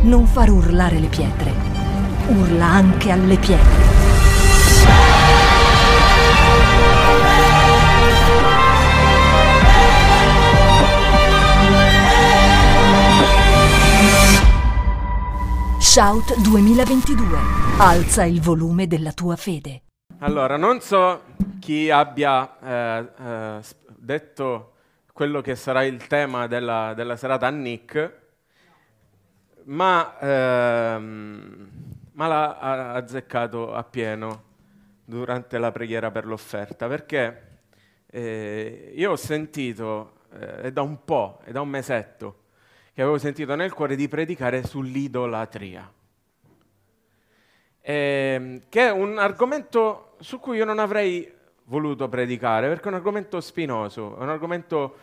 non far urlare le pietre. Urla anche alle pietre. Shout 2022. Alza il volume della tua fede. Allora, non so chi abbia detto quello che sarà il tema della serata a Nick, ma l'ha azzeccato appieno durante la preghiera per l'offerta, perché io ho sentito, è da un po', è da un mesetto, che avevo sentito nel cuore di predicare sull'idolatria, che è un argomento su cui io non avrei voluto predicare, perché è un argomento spinoso, è un argomento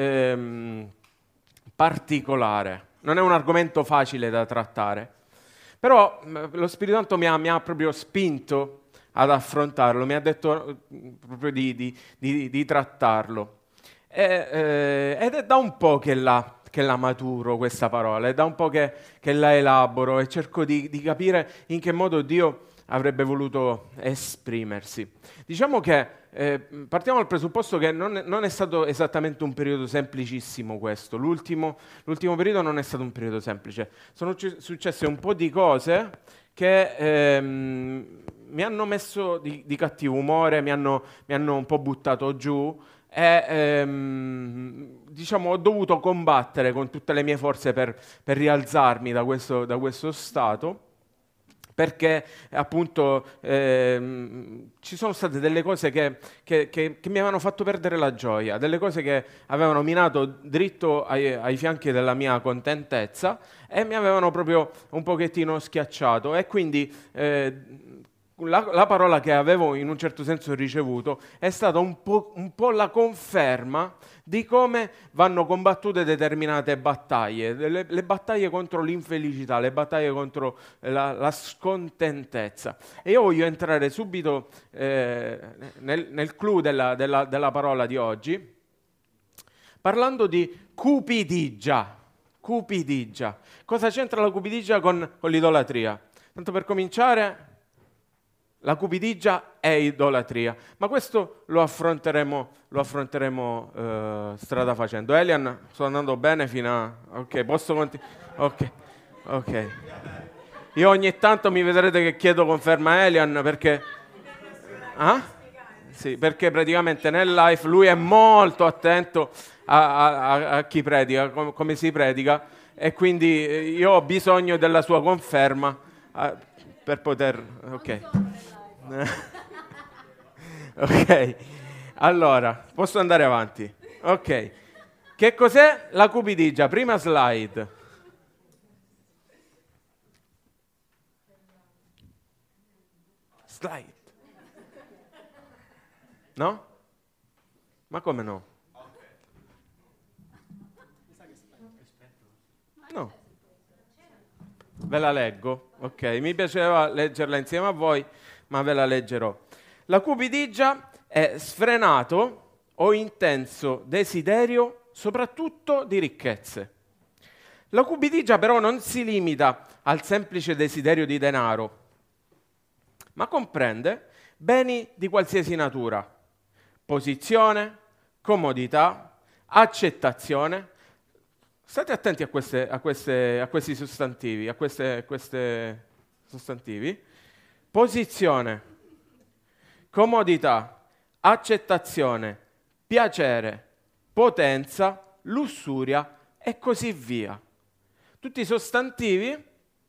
particolare, non è un argomento facile da trattare, però lo Spirito Santo mi ha proprio spinto ad affrontarlo, mi ha detto proprio di trattarlo, ed è da un po' che la maturo questa parola, è da un po' che la elaboro e cerco di capire in che modo Dio avrebbe voluto esprimersi. Diciamo che partiamo dal presupposto che non è stato esattamente un periodo semplicissimo questo, l'ultimo periodo non è stato un periodo semplice, sono successe un po' di cose che mi hanno messo di cattivo umore, mi hanno un po' buttato giù, e diciamo ho dovuto combattere con tutte le mie forze per rialzarmi da questo stato, perché appunto ci sono state delle cose che mi avevano fatto perdere la gioia, delle cose che avevano minato dritto ai fianchi della mia contentezza e mi avevano proprio un pochettino schiacciato, e quindi la parola che avevo in un certo senso ricevuto è stata un po' la conferma di come vanno combattute determinate battaglie, le battaglie contro l'infelicità, le battaglie contro la scontentezza. E io voglio entrare subito nel clou della parola di oggi, parlando di cupidigia. Cupidigia. Cosa c'entra la cupidigia con l'idolatria? Tanto per cominciare, la cupidigia è idolatria, ma questo lo affronteremo strada facendo. Elian, sto andando bene fino a... Ok, posso continuare? Ok. Io ogni tanto mi vedrete che chiedo conferma a Elian perché... Ah? Sì, perché praticamente nel live lui è molto attento a chi predica, come si predica, e quindi io ho bisogno della sua conferma per poter... Ok. Ok, allora, posso andare avanti? Ok, che cos'è la cupidigia? Prima slide. Slide. No? Ma come no? No. Ve la leggo? Ok, mi piaceva leggerla insieme a voi, ma ve la leggerò. La cupidigia è sfrenato o intenso desiderio, soprattutto di ricchezze. La cupidigia però non si limita al semplice desiderio di denaro, ma comprende beni di qualsiasi natura: posizione, comodità, accettazione. State attenti a questi sostantivi, a queste sostantivi. Posizione, comodità, accettazione, piacere, potenza, lussuria e così via. Tutti sostantivi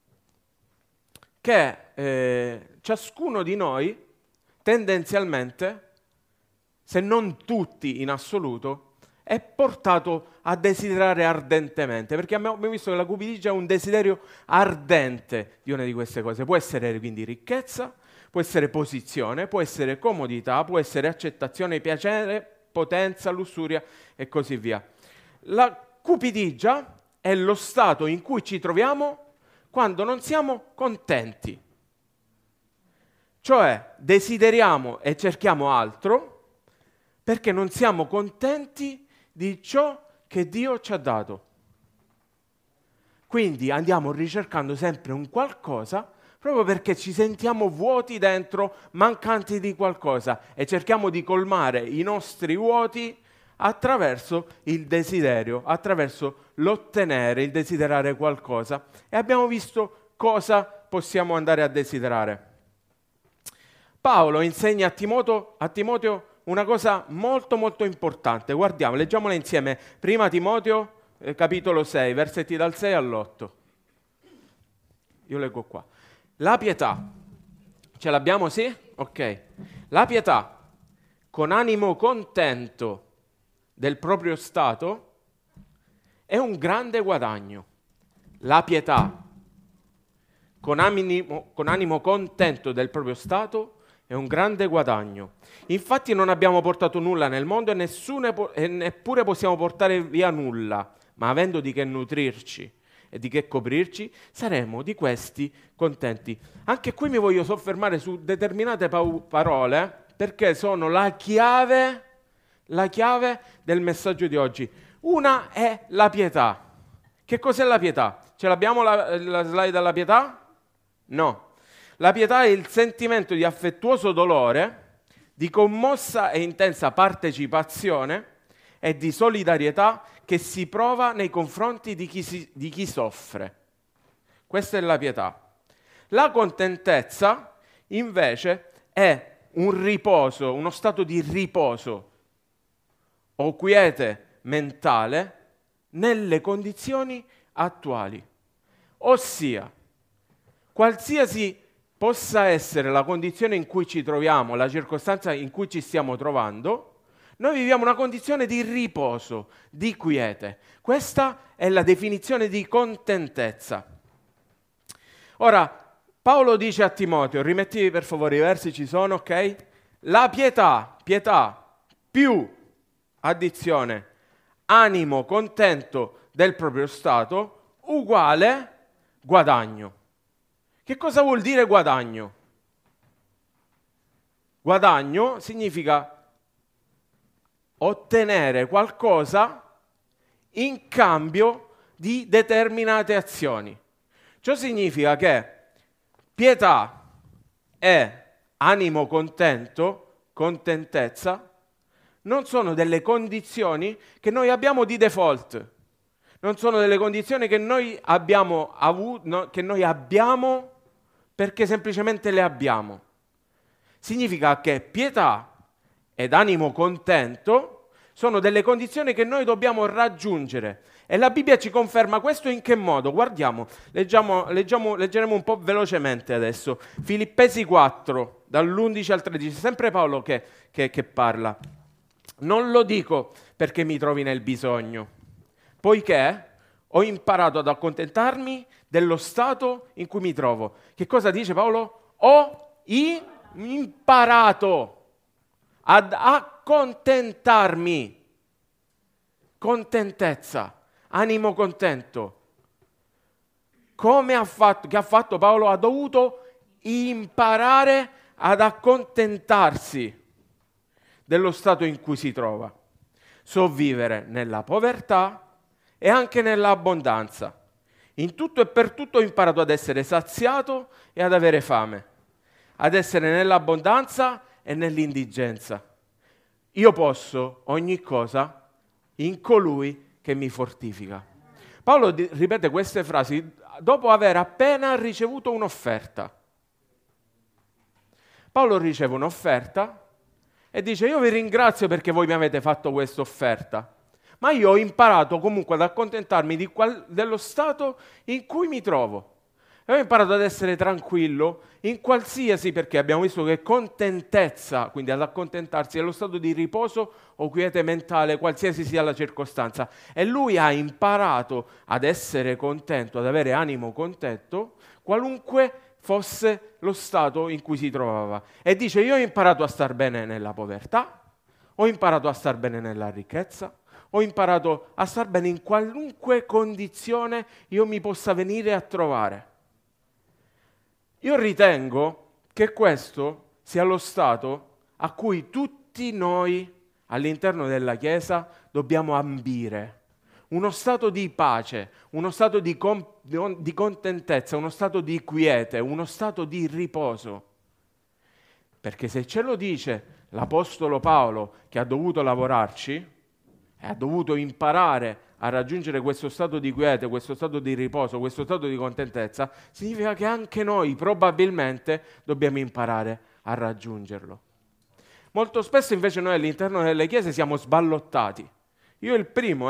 che ciascuno di noi tendenzialmente, se non tutti in assoluto, è portato a desiderare ardentemente, perché abbiamo visto che la cupidigia è un desiderio ardente di una di queste cose. Può essere quindi ricchezza, può essere posizione, può essere comodità, può essere accettazione, piacere, potenza, lussuria e così via. La cupidigia è lo stato in cui ci troviamo quando non siamo contenti. Cioè desideriamo e cerchiamo altro perché non siamo contenti di ciò che Dio ci ha dato. Quindi andiamo ricercando sempre un qualcosa proprio perché ci sentiamo vuoti dentro, mancanti di qualcosa e cerchiamo di colmare i nostri vuoti attraverso il desiderio, attraverso l'ottenere, il desiderare qualcosa. E abbiamo visto cosa possiamo andare a desiderare. Paolo insegna a Timoteo una cosa molto molto importante. Guardiamo, leggiamola insieme. Prima Timoteo, capitolo 6, versetti dal 6 all'8. Io leggo qua. La pietà, ce l'abbiamo, sì? Ok. La pietà, con animo contento del proprio stato, è un grande guadagno. La pietà, con animo contento del proprio stato, è un grande guadagno. Infatti non abbiamo portato nulla nel mondo e neppure possiamo portare via nulla, ma avendo di che nutrirci e di che coprirci, saremo di questi contenti. Anche qui mi voglio soffermare su determinate parole, perché sono la chiave del messaggio di oggi. Una è la pietà. Che cos'è la pietà? Ce l'abbiamo la slide della pietà? No. La pietà è il sentimento di affettuoso dolore, di commossa e intensa partecipazione e di solidarietà che si prova nei confronti di chi soffre. Questa è la pietà. La contentezza, invece, è un riposo, uno stato di riposo o quiete mentale nelle condizioni attuali. Ossia, qualsiasi possa essere la condizione in cui ci troviamo, la circostanza in cui ci stiamo trovando, noi viviamo una condizione di riposo, di quiete. Questa è la definizione di contentezza. Ora, Paolo dice a Timoteo, rimetti per favore i versi, ci sono, ok? La pietà più addizione, animo contento del proprio stato, uguale guadagno. Che cosa vuol dire guadagno? Guadagno significa ottenere qualcosa in cambio di determinate azioni. Ciò significa che pietà e animo contento, contentezza, non sono delle condizioni che noi abbiamo di default, non sono delle condizioni che noi abbiamo avuto, che noi abbiamo perché semplicemente le abbiamo. Significa che pietà ed animo contento sono delle condizioni che noi dobbiamo raggiungere. E la Bibbia ci conferma questo in che modo? Guardiamo, leggeremo un po' velocemente adesso. Filippesi 4, dall'11 al 13, sempre Paolo che parla. Non lo dico perché mi trovi nel bisogno, poiché ho imparato ad accontentarmi dello stato in cui mi trovo. Che cosa dice Paolo? Ho imparato ad accontentarmi. Contentezza, animo contento. Che ha fatto Paolo? Ha dovuto imparare ad accontentarsi dello stato in cui si trova. So vivere nella povertà e anche nell'abbondanza. In tutto e per tutto ho imparato ad essere saziato e ad avere fame, ad essere nell'abbondanza e nell'indigenza. Io posso ogni cosa in colui che mi fortifica. Paolo ripete queste frasi dopo aver appena ricevuto un'offerta. Paolo riceve un'offerta e dice: io vi ringrazio perché voi mi avete fatto questa offerta, ma io ho imparato comunque ad accontentarmi dello stato in cui mi trovo. E ho imparato ad essere tranquillo in qualsiasi, perché abbiamo visto che contentezza, quindi ad accontentarsi, è lo stato di riposo o quiete mentale, qualsiasi sia la circostanza. E lui ha imparato ad essere contento, ad avere animo contento, qualunque fosse lo stato in cui si trovava. E dice: io ho imparato a star bene nella povertà, ho imparato a star bene nella ricchezza, ho imparato a star bene in qualunque condizione io mi possa venire a trovare. Io ritengo che questo sia lo stato a cui tutti noi all'interno della Chiesa dobbiamo ambire, uno stato di pace, uno stato di contentezza, uno stato di quiete, uno stato di riposo. Perché se ce lo dice l'Apostolo Paolo che ha dovuto lavorarci e ha dovuto imparare a raggiungere questo stato di quiete, questo stato di riposo, questo stato di contentezza, significa che anche noi probabilmente dobbiamo imparare a raggiungerlo. Molto spesso invece noi all'interno delle chiese siamo sballottati. Io il primo.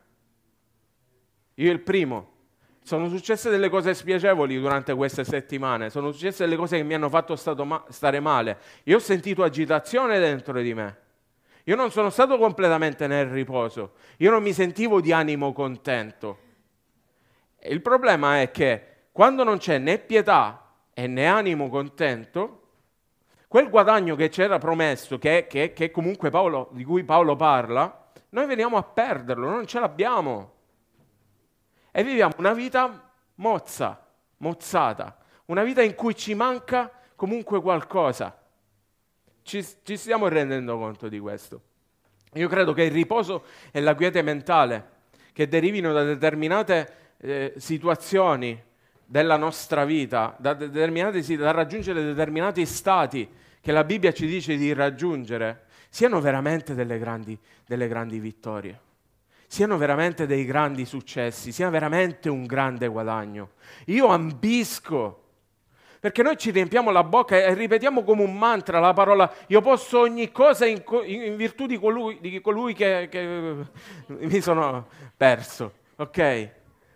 Sono successe delle cose spiacevoli durante queste settimane, sono successe delle cose che mi hanno fatto stare male. Io ho sentito agitazione dentro di me. Io non sono stato completamente nel riposo. Io non mi sentivo di animo contento. E il problema è che quando non c'è né pietà e né animo contento, quel guadagno che c'era promesso, che comunque di cui Paolo parla, noi veniamo a perderlo, non ce l'abbiamo. E viviamo una vita mozzata, una vita in cui ci manca comunque qualcosa. Ci stiamo rendendo conto di questo. Io credo che il riposo e la quiete mentale che derivino da determinate situazioni della nostra vita, da raggiungere determinati stati che la Bibbia ci dice di raggiungere, siano veramente delle grandi vittorie, siano veramente dei grandi successi, sia veramente un grande guadagno. Io ambisco, perché noi ci riempiamo la bocca e ripetiamo come un mantra la parola io posso ogni cosa in virtù di colui che mi sono perso, ok?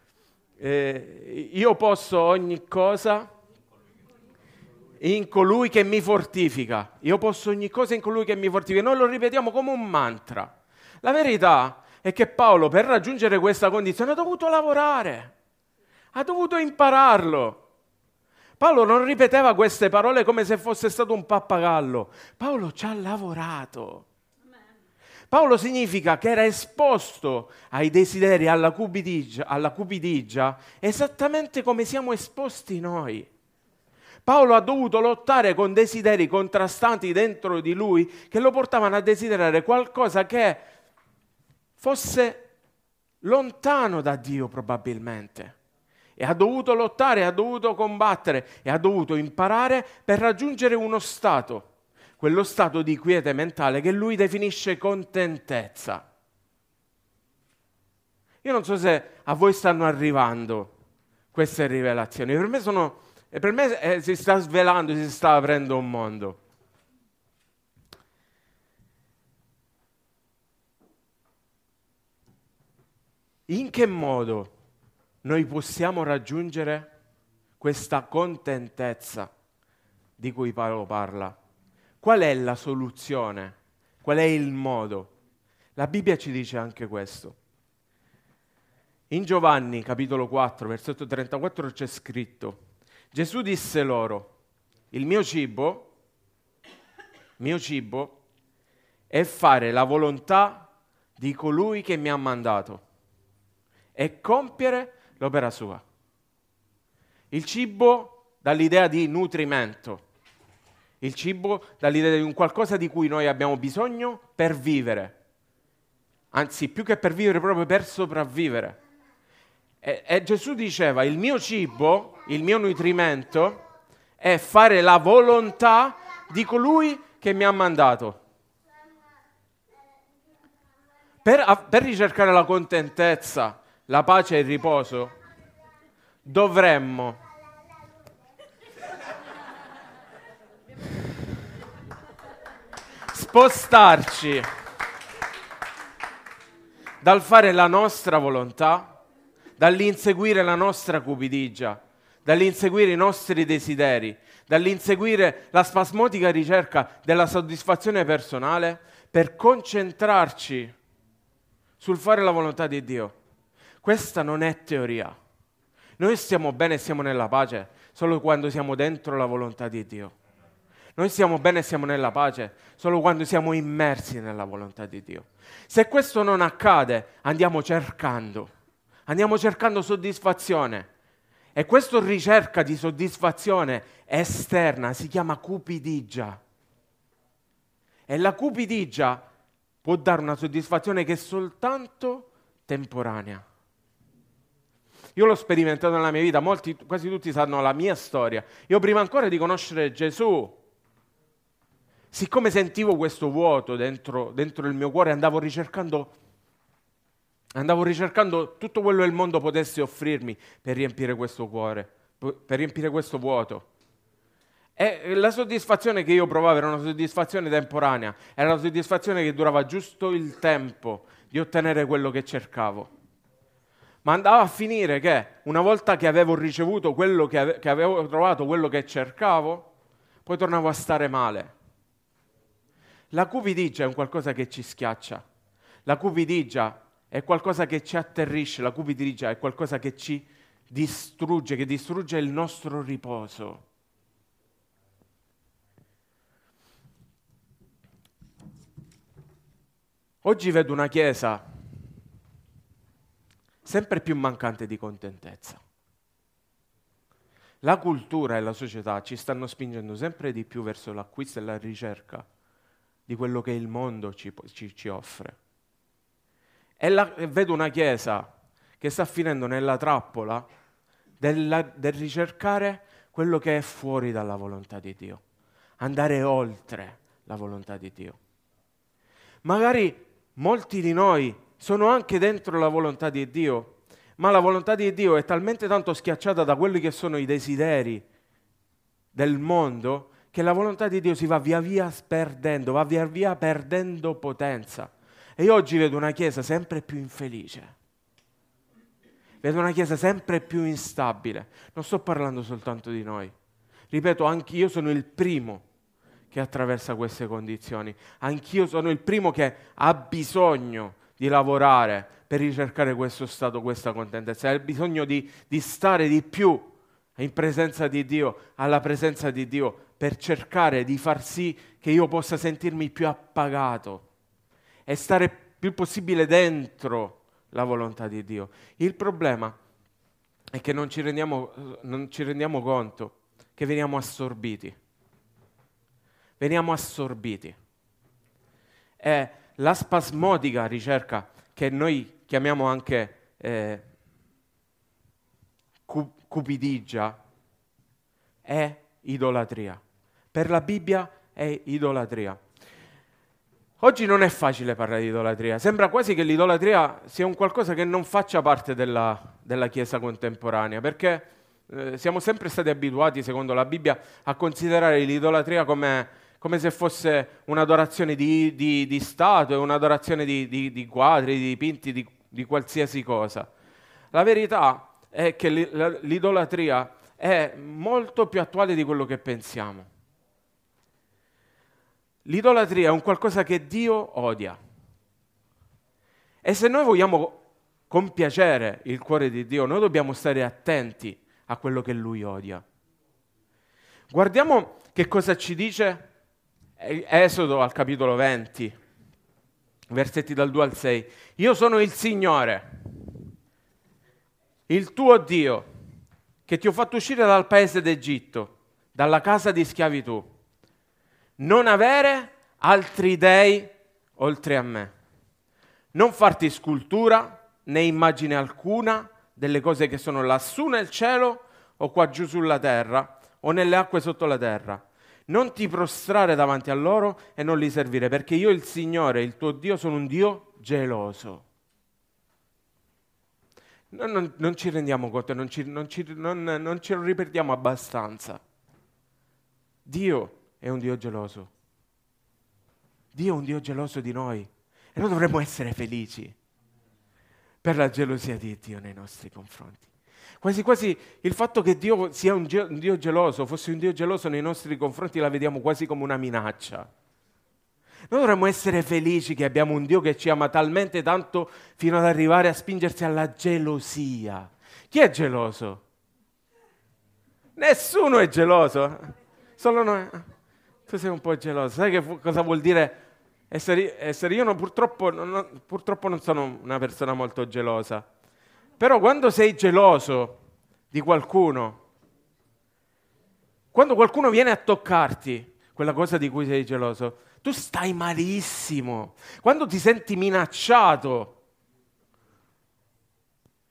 Io posso ogni cosa in colui che mi fortifica. Io posso ogni cosa in colui che mi fortifica. Noi lo ripetiamo come un mantra. La verità è che Paolo, per raggiungere questa condizione, ha dovuto lavorare, ha dovuto impararlo. Paolo non ripeteva queste parole come se fosse stato un pappagallo. Paolo ci ha lavorato. Paolo significa che era esposto ai desideri, alla cupidigia, esattamente come siamo esposti noi. Paolo ha dovuto lottare con desideri contrastanti dentro di lui che lo portavano a desiderare qualcosa che fosse lontano da Dio probabilmente. E ha dovuto lottare, ha dovuto combattere e ha dovuto imparare per raggiungere uno stato, quello stato di quiete mentale che lui definisce contentezza. Io non so se a voi stanno arrivando queste rivelazioni, per me si sta svelando, si sta aprendo un mondo. In che modo noi possiamo raggiungere questa contentezza di cui Paolo parla? Qual è la soluzione? Qual è il modo? La Bibbia ci dice anche questo. In Giovanni, capitolo 4, versetto 34 c'è scritto: Gesù disse loro, il mio cibo è fare la volontà di colui che mi ha mandato e compiere l'opera sua. Il cibo dall'idea di nutrimento, il cibo dall'idea di un qualcosa di cui noi abbiamo bisogno per vivere, anzi più che per vivere proprio per sopravvivere. E Gesù diceva il mio cibo, il mio nutrimento è fare la volontà di colui che mi ha mandato. Per ricercare la contentezza, la pace e il riposo, dovremmo spostarci dal fare la nostra volontà, dall'inseguire la nostra cupidigia, dall'inseguire i nostri desideri, dall'inseguire la spasmodica ricerca della soddisfazione personale, per concentrarci sul fare la volontà di Dio. Questa non è teoria. Noi stiamo bene e siamo nella pace solo quando siamo dentro la volontà di Dio. Noi stiamo bene e siamo nella pace solo quando siamo immersi nella volontà di Dio. Se questo non accade, andiamo cercando soddisfazione. E questa ricerca di soddisfazione esterna si chiama cupidigia. E la cupidigia può dare una soddisfazione che soltanto temporanea. Io l'ho sperimentato nella mia vita, quasi tutti sanno la mia storia. Io prima ancora di conoscere Gesù, siccome sentivo questo vuoto dentro il mio cuore, andavo ricercando tutto quello che il mondo potesse offrirmi per riempire questo cuore, per riempire questo vuoto. E la soddisfazione che io provavo era una soddisfazione temporanea, era una soddisfazione che durava giusto il tempo di ottenere quello che cercavo. Ma andava a finire che una volta che avevo ricevuto quello che avevo trovato, quello che cercavo, poi tornavo a stare male. La cupidigia è un qualcosa che ci schiaccia, la cupidigia è qualcosa che ci atterrisce, la cupidigia è qualcosa che ci distrugge, che distrugge il nostro riposo. Oggi vedo una chiesa sempre più mancante di contentezza. La cultura e la società ci stanno spingendo sempre di più verso l'acquisto e la ricerca di quello che il mondo ci offre. E vedo una chiesa che sta finendo nella trappola del ricercare quello che è fuori dalla volontà di Dio, andare oltre la volontà di Dio. Magari molti di noi sono anche dentro la volontà di Dio, ma la volontà di Dio è talmente tanto schiacciata da quelli che sono i desideri del mondo che la volontà di Dio si va via via perdendo potenza. E io oggi vedo una chiesa sempre più infelice, vedo una chiesa sempre più instabile. Non sto parlando soltanto di noi, ripeto, anch'io sono il primo che attraversa queste condizioni, anch'io sono il primo che ha bisogno di lavorare per ricercare questo stato, questa contentezza, ha bisogno di stare di più in presenza di Dio, alla presenza di Dio, per cercare di far sì che io possa sentirmi più appagato e stare più possibile dentro la volontà di Dio. Il problema è che non ci rendiamo conto che veniamo assorbiti. Veniamo assorbiti. È la spasmodica ricerca che noi chiamiamo anche cupidigia è idolatria. Per la Bibbia è idolatria. Oggi non è facile parlare di idolatria, sembra quasi che l'idolatria sia un qualcosa che non faccia parte della Chiesa contemporanea, perché siamo sempre stati abituati, secondo la Bibbia, a considerare l'idolatria come se fosse un'adorazione di statue, un'adorazione di quadri, di dipinti, di qualsiasi cosa. La verità è che l'idolatria è molto più attuale di quello che pensiamo. L'idolatria è un qualcosa che Dio odia. E se noi vogliamo compiacere il cuore di Dio, noi dobbiamo stare attenti a quello che Lui odia. Guardiamo che cosa ci dice Esodo al capitolo 20, versetti dal 2 al 6. Io sono il Signore, il tuo Dio, che ti ho fatto uscire dal paese d'Egitto, dalla casa di schiavitù. Non avere altri dei oltre a me. Non farti scultura né immagine alcuna delle cose che sono lassù nel cielo o qua giù sulla terra o nelle acque sotto la terra. Non ti prostrare davanti a loro e non li servire, perché io, il Signore, il tuo Dio, sono un Dio geloso. Non ci rendiamo conto, non ce lo ripetiamo abbastanza. Dio è un Dio geloso. Dio è un Dio geloso di noi e noi dovremmo essere felici per la gelosia di Dio nei nostri confronti. Quasi quasi il fatto che Dio sia un Dio geloso, fosse un Dio geloso nei nostri confronti, la vediamo quasi come una minaccia. Noi dovremmo essere felici che abbiamo un Dio che ci ama talmente tanto fino ad arrivare a spingersi alla gelosia. Chi è geloso? Nessuno è geloso, solo noi. Tu sei un po' geloso. Sai cosa vuol dire essere io? Purtroppo non sono una persona molto gelosa. Però quando sei geloso di qualcuno, quando qualcuno viene a toccarti quella cosa di cui sei geloso, tu stai malissimo. Quando ti senti minacciato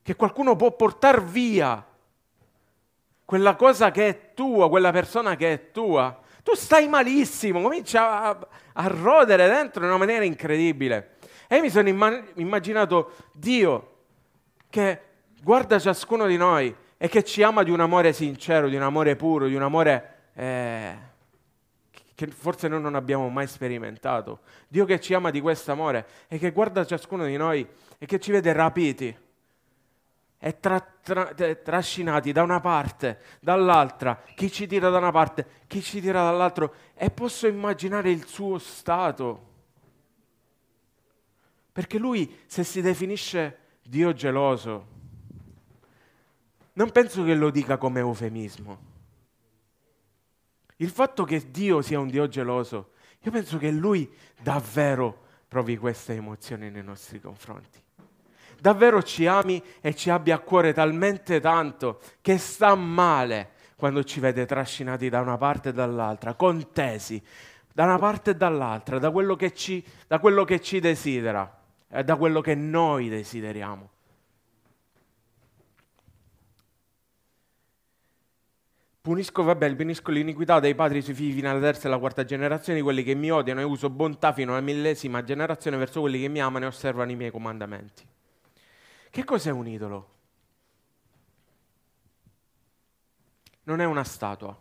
che qualcuno può portare via quella cosa che è tua, quella persona che è tua, tu stai malissimo, comincia a rodere dentro in una maniera incredibile. E io mi sono immaginato Dio che guarda ciascuno di noi e che ci ama di un amore sincero, di un amore puro, di un amore che forse noi non abbiamo mai sperimentato. Dio che ci ama di questo amore e che guarda ciascuno di noi e che ci vede rapiti e trascinati da una parte, dall'altra, chi ci tira da una parte, chi ci tira dall'altro, e posso immaginare il suo stato. Perché lui, se si definisce Dio geloso, non penso che lo dica come eufemismo. Il fatto che Dio sia un Dio geloso, io penso che lui davvero provi queste emozioni nei nostri confronti. Davvero ci ami e ci abbia a cuore talmente tanto che sta male quando ci vede trascinati da una parte e dall'altra, contesi da una parte e dall'altra, da quello che ci desidera e da quello che noi desideriamo. Punisco l'iniquità dei padri sui figli fino alla terza e alla quarta generazione di quelli che mi odiano e uso bontà fino alla 1000ª generazione verso quelli che mi amano e osservano i miei comandamenti. Che cos'è un idolo? Non è una statua,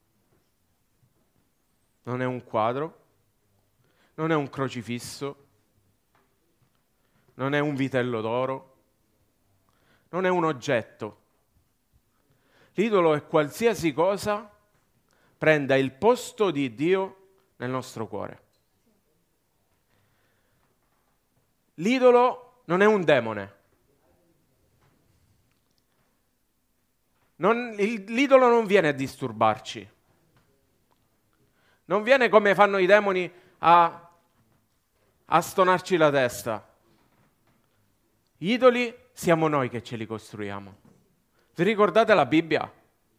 non è un quadro, non è un crocifisso, non è un vitello d'oro, non è un oggetto. L'idolo è qualsiasi cosa prenda il posto di Dio nel nostro cuore. L'idolo non è un demone. L'idolo non viene a disturbarci. Non viene come fanno i demoni a stonarci la testa. Gli idoli siamo noi che ce li costruiamo. Vi ricordate la Bibbia?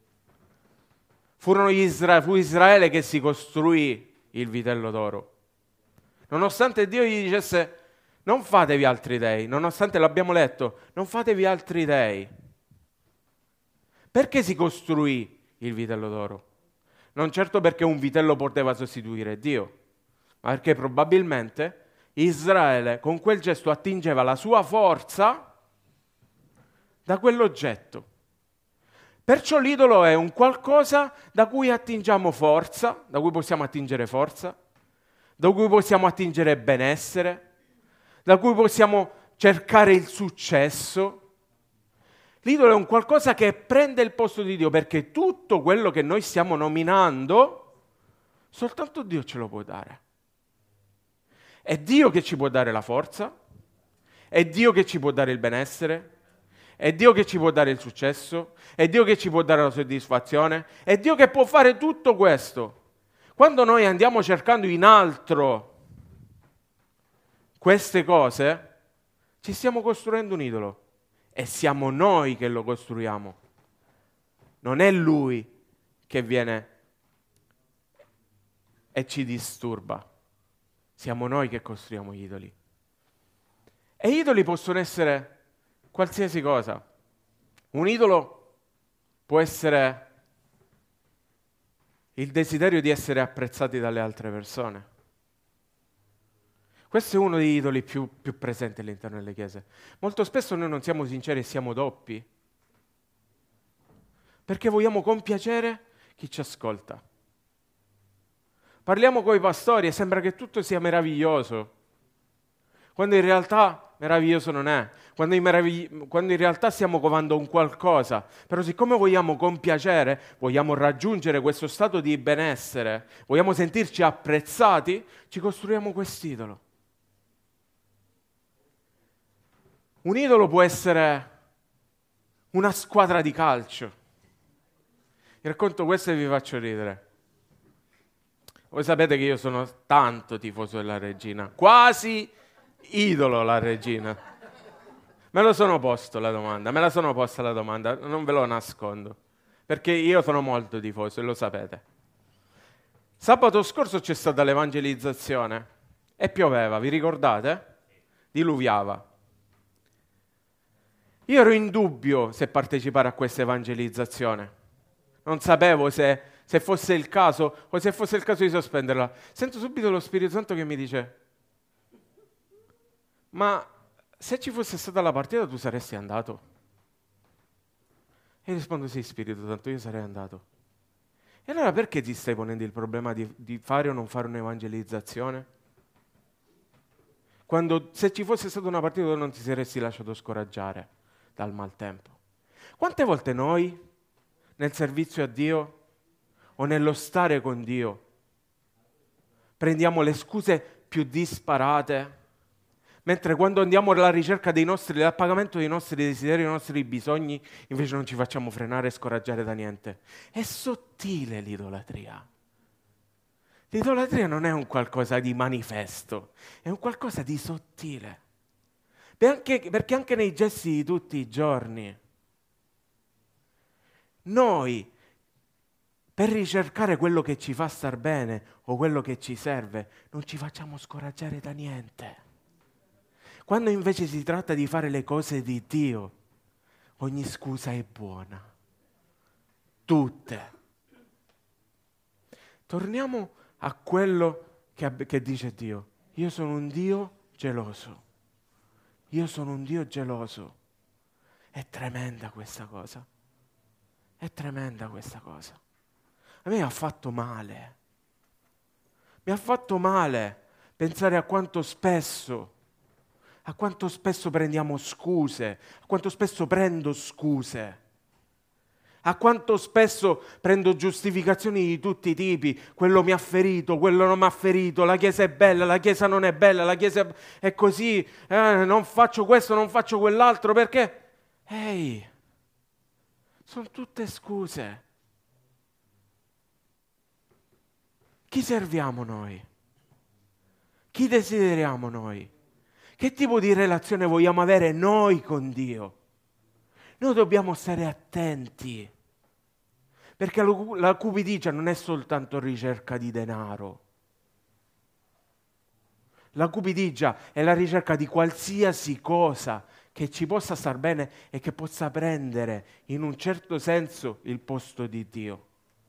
Fu Israele che si costruì il vitello d'oro. Nonostante Dio gli dicesse non fatevi altri dei, nonostante l'abbiamo letto, non fatevi altri dei. Perché si costruì il vitello d'oro? Non certo perché un vitello poteva sostituire Dio, ma perché probabilmente Israele con quel gesto attingeva la sua forza da quell'oggetto. Perciò l'idolo è un qualcosa da cui attingiamo forza, da cui possiamo attingere forza, da cui possiamo attingere benessere, da cui possiamo cercare il successo. L'idolo è un qualcosa che prende il posto di Dio, perché tutto quello che noi stiamo nominando, soltanto Dio ce lo può dare. È Dio che ci può dare la forza, è Dio che ci può dare il benessere, è Dio che ci può dare il successo, è Dio che ci può dare la soddisfazione, è Dio che può fare tutto questo. Quando noi andiamo cercando in altro queste cose, ci stiamo costruendo un idolo. E siamo noi che lo costruiamo. Non è Lui che viene e ci disturba. Siamo noi che costruiamo gli idoli. E gli idoli possono essere qualsiasi cosa. Un idolo può essere il desiderio di essere apprezzati dalle altre persone. Questo è uno degli idoli più presenti all'interno delle chiese. Molto spesso noi non siamo sinceri e siamo doppi, perché vogliamo compiacere chi ci ascolta. Parliamo con i pastori e sembra che tutto sia meraviglioso, quando in realtà meraviglioso non è, quando in realtà stiamo covando un qualcosa, però siccome vogliamo compiacere, vogliamo raggiungere questo stato di benessere, vogliamo sentirci apprezzati, ci costruiamo quest'idolo. Un idolo può essere una squadra di calcio. Vi racconto questo e vi faccio ridere. Voi sapete che io sono tanto tifoso della Regina, quasi idolo la Regina. Me la sono posta la domanda, non ve lo nascondo, perché io sono molto tifoso e lo sapete. Sabato scorso c'è stata l'evangelizzazione e pioveva, vi ricordate? Diluviava. Io ero in dubbio se partecipare a questa evangelizzazione. Non sapevo se fosse il caso o se fosse il caso di sospenderla. Sento subito lo Spirito Santo che mi dice: ma se ci fosse stata la partita tu saresti andato? E rispondo: sì, Spirito Santo, io sarei andato. E allora perché ti stai ponendo il problema di fare o non fare un'evangelizzazione? Quando se ci fosse stata una partita tu non ti saresti lasciato scoraggiare dal maltempo. Quante volte noi, nel servizio a Dio o nello stare con Dio, prendiamo le scuse più disparate, mentre quando andiamo alla ricerca dell'appagamento dei nostri desideri, dei nostri bisogni, invece non ci facciamo frenare e scoraggiare da niente. È sottile l'idolatria. L'idolatria non è un qualcosa di manifesto, è un qualcosa di sottile. Perché anche nei gesti di tutti i giorni, noi, per ricercare quello che ci fa star bene o quello che ci serve, non ci facciamo scoraggiare da niente. Quando invece si tratta di fare le cose di Dio, ogni scusa è buona. Tutte. Torniamo a quello che dice Dio. Io sono un Dio geloso. Io sono un Dio geloso. È tremenda questa cosa. È tremenda questa cosa. A me ha fatto male. Mi ha fatto male pensare a quanto spesso prendiamo scuse, a quanto spesso prendo scuse, a quanto spesso prendo giustificazioni di tutti i tipi. Quello mi ha ferito, quello non mi ha ferito, la Chiesa è bella, la Chiesa non è bella, la Chiesa è così, non faccio questo, non faccio quell'altro, perché? Ehi, sono tutte scuse. Chi serviamo noi? Chi desideriamo noi? Che tipo di relazione vogliamo avere noi con Dio? Noi dobbiamo stare attenti, perché la cupidigia non è soltanto ricerca di denaro. La cupidigia è la ricerca di qualsiasi cosa che ci possa star bene e che possa prendere in un certo senso il posto di Dio.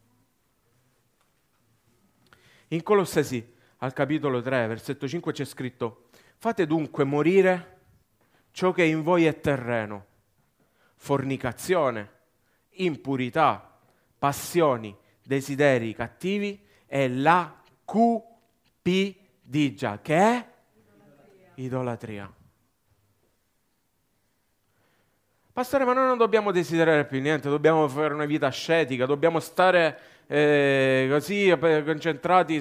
In Colossesi, al capitolo 3, versetto 5, c'è scritto: fate dunque morire ciò che in voi è terreno, fornicazione, impurità, passioni, desideri cattivi e la cupidigia, che è idolatria. Pastore, ma noi non dobbiamo desiderare più niente, dobbiamo fare una vita ascetica, dobbiamo stare così concentrati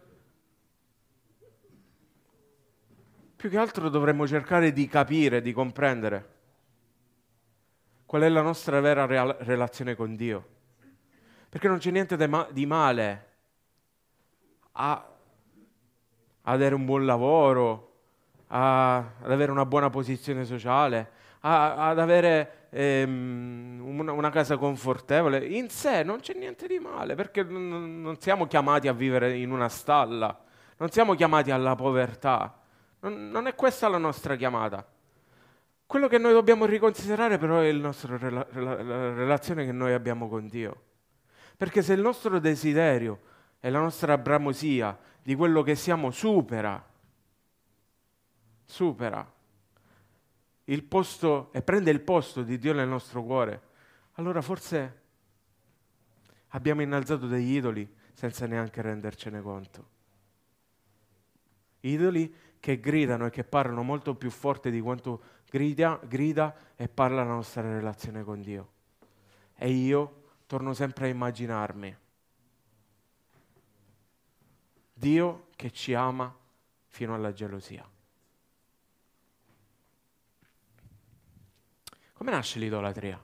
più che altro dovremmo cercare di capire, di comprendere qual è la nostra vera relazione con Dio. Perché non c'è niente di male a avere un buon lavoro, ad avere una buona posizione sociale, ad avere una casa confortevole. In sé non c'è niente di male, perché non siamo chiamati a vivere in una stalla, non siamo chiamati alla povertà. Non è questa la nostra chiamata. Quello che noi dobbiamo riconsiderare però è la relazione che noi abbiamo con Dio. Perché se il nostro desiderio e la nostra bramosia di quello che siamo supera il posto e prende il posto di Dio nel nostro cuore, allora forse abbiamo innalzato degli idoli senza neanche rendercene conto. Idoli che gridano e che parlano molto più forte di quanto grida e parla la nostra relazione con Dio. E io torno sempre a immaginarmi Dio che ci ama fino alla gelosia. Come nasce l'idolatria?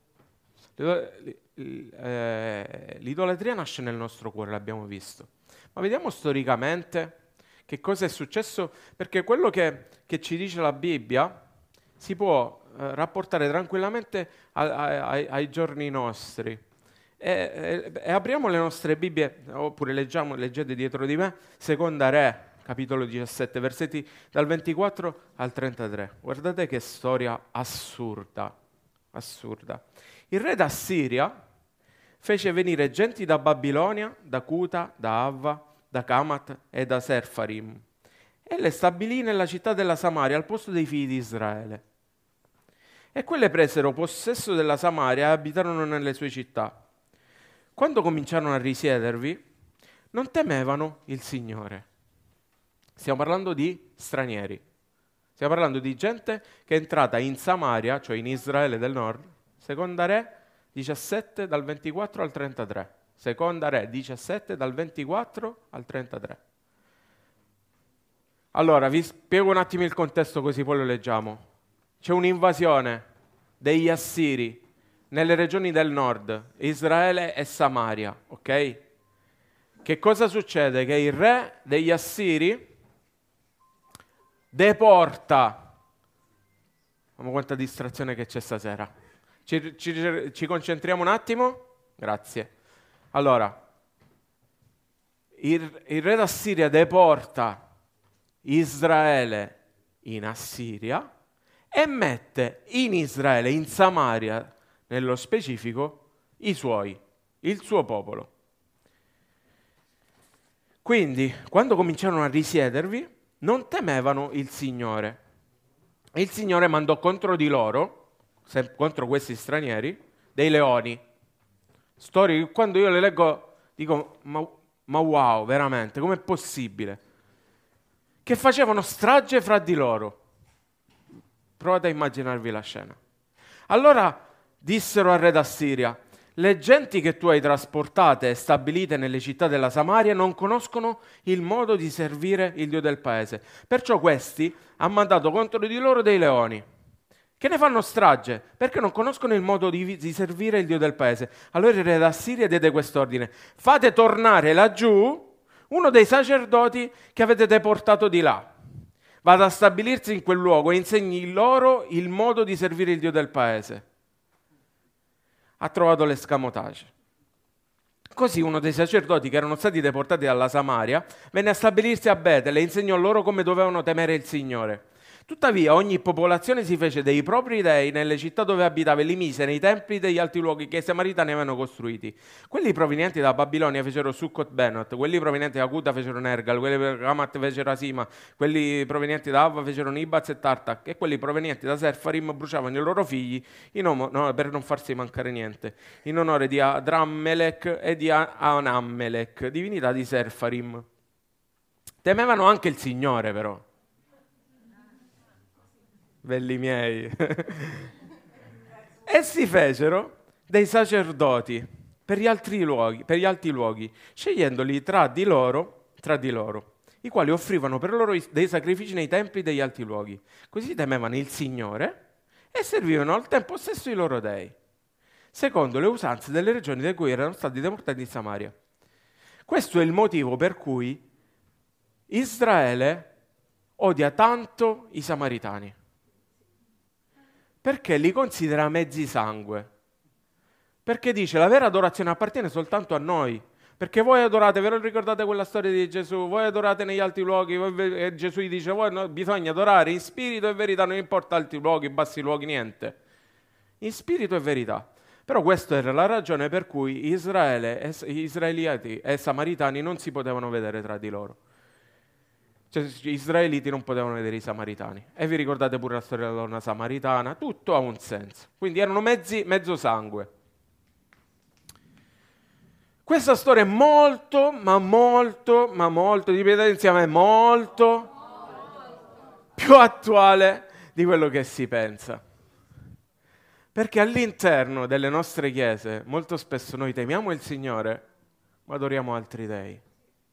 L'idolatria nasce nel nostro cuore, l'abbiamo visto. Ma vediamo storicamente che cosa è successo, perché quello che ci dice la Bibbia si può rapportare tranquillamente ai giorni nostri. E apriamo le nostre Bibbie, oppure leggete dietro di me, Seconda Re, capitolo 17, versetti dal 24 al 33. Guardate che storia assurda, assurda. Il re d'Assiria fece venire genti da Babilonia, da Cuta, da Avva, da Camat e da Serfarim, e le stabilì nella città della Samaria al posto dei figli di Israele. E quelle presero possesso della Samaria e abitarono nelle sue città. Quando cominciarono a risiedervi, non temevano il Signore. Stiamo parlando di stranieri. Stiamo parlando di gente che è entrata in Samaria, cioè in Israele del Nord, seconda Re 17 dal 24 al 33. Seconda Re 17 dal 24 al 33. Allora, vi spiego un attimo il contesto così poi lo leggiamo. C'è un'invasione degli Assiri nelle regioni del nord, Israele e Samaria, ok? Che cosa succede? Che il re degli Assiri deporta, ma quanta distrazione che c'è stasera. Ci concentriamo un attimo? Grazie. Allora, il re d'Assiria deporta Israele in Assiria e mette in Israele, in Samaria nello specifico, il suo popolo. Quindi, quando cominciarono a risiedervi, non temevano il Signore. E il Signore mandò contro di loro, contro questi stranieri, dei leoni. Storie che quando io le leggo dico, ma wow, veramente, com'è possibile? Che facevano strage fra di loro. Provate a immaginarvi la scena. Allora dissero al re d'Assiria: le genti che tu hai trasportate e stabilite nelle città della Samaria non conoscono il modo di servire il Dio del paese. Perciò questi ha mandato contro di loro dei leoni, che ne fanno strage, perché non conoscono il modo di servire il Dio del paese. Allora il re d'Assiria diede quest'ordine: fate tornare laggiù uno dei sacerdoti che avete deportato di là. Vada a stabilirsi in quel luogo e insegni loro il modo di servire il Dio del paese. Ha trovato l'escamotage. Così uno dei sacerdoti che erano stati deportati dalla Samaria venne a stabilirsi a Betel e insegnò loro come dovevano temere il Signore. Tuttavia ogni popolazione si fece dei propri dei nelle città dove abitava e li mise nei templi degli altri luoghi che i Samaritani avevano costruiti. Quelli provenienti da Babilonia fecero Succot Benot, quelli provenienti da Cuta fecero Nergal, quelli da Ramat fecero Asima, quelli provenienti da Avva fecero Nibaz e Tartak, e quelli provenienti da Serfarim bruciavano i loro figli per non farsi mancare niente, in onore di Adrammelech e di Anammelech, divinità di Serfarim. Temevano anche il Signore, però. Belli miei. E si fecero dei sacerdoti per gli altri luoghi, scegliendoli tra di loro, i quali offrivano per loro dei sacrifici nei templi degli altri luoghi. Così temevano il Signore e servivano al tempo stesso i loro dei, secondo le usanze delle regioni da cui erano stati deportati in Samaria. Questo è il motivo per cui Israele odia tanto i Samaritani, perché li considera mezzi sangue, perché dice la vera adorazione appartiene soltanto a noi, perché voi adorate, ve lo ricordate quella storia di Gesù, voi adorate negli altri luoghi, e Gesù gli dice bisogna adorare in spirito e verità, non importa alti luoghi, bassi luoghi, niente, in spirito e verità. Però questa era la ragione per cui israeliati e samaritani non si potevano vedere tra di loro. Cioè, gli israeliti non potevano vedere i samaritani. E vi ricordate pure la storia della donna samaritana? Tutto ha un senso. Quindi erano mezzo sangue. Questa storia è molto, ripetate insieme, molto più attuale di quello che si pensa. Perché all'interno delle nostre chiese molto spesso noi temiamo il Signore, ma adoriamo altri dei.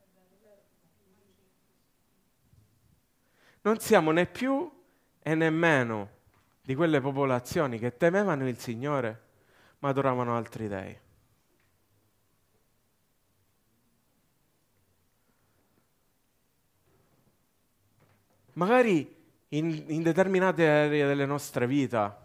Non siamo né più e né meno di quelle popolazioni che temevano il Signore, ma adoravano altri dei. Magari in determinate aree delle nostre vita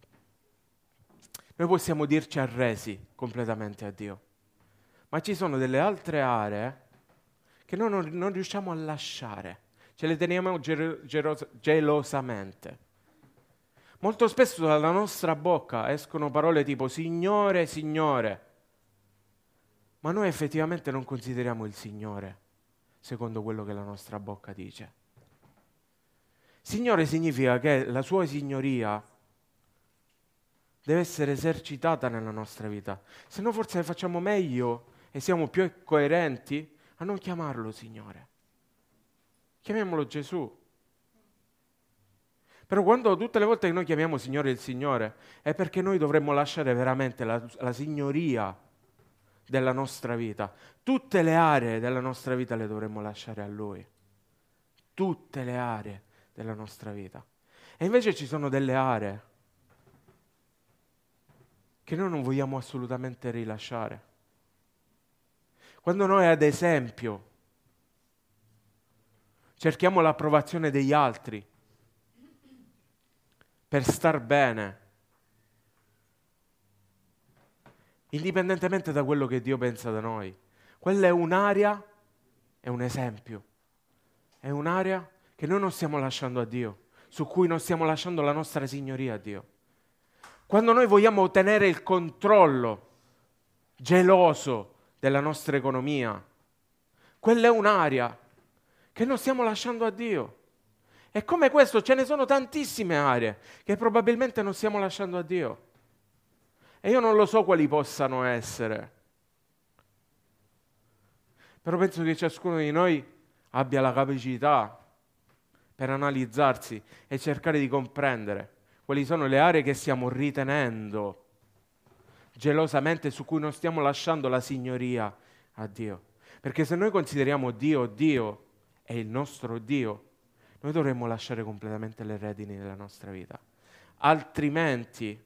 noi possiamo dirci arresi completamente a Dio, ma ci sono delle altre aree che noi non riusciamo a lasciare, ce le teniamo gelosamente. Molto spesso dalla nostra bocca escono parole tipo Signore, Signore, ma noi effettivamente non consideriamo il Signore secondo quello che la nostra bocca dice. Signore significa che la sua signoria deve essere esercitata nella nostra vita. Se no forse facciamo meglio e siamo più coerenti a non chiamarlo Signore. Chiamiamolo Gesù. Però quando tutte le volte che noi chiamiamo Signore il Signore è perché noi dovremmo lasciare veramente la signoria della nostra vita. Tutte le aree della nostra vita le dovremmo lasciare a Lui. Tutte le aree della nostra vita. E invece ci sono delle aree che noi non vogliamo assolutamente rilasciare. Quando noi, ad esempio, cerchiamo l'approvazione degli altri per star bene, indipendentemente da quello che Dio pensa da noi, quella è un'area, è un esempio, è un'area che noi non stiamo lasciando a Dio, su cui non stiamo lasciando la nostra signoria a Dio. Quando noi vogliamo ottenere il controllo geloso della nostra economia, quella è un'area che non stiamo lasciando a Dio. E come questo ce ne sono tantissime aree che probabilmente non stiamo lasciando a Dio. E io non lo so quali possano essere. Però penso che ciascuno di noi abbia la capacità per analizzarsi e cercare di comprendere quali sono le aree che stiamo ritenendo gelosamente, su cui non stiamo lasciando la signoria a Dio. Perché se noi consideriamo Dio, Dio è il nostro Dio, noi dovremmo lasciare completamente le redini della nostra vita. Altrimenti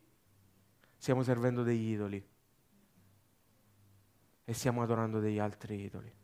stiamo servendo degli idoli e stiamo adorando degli altri idoli.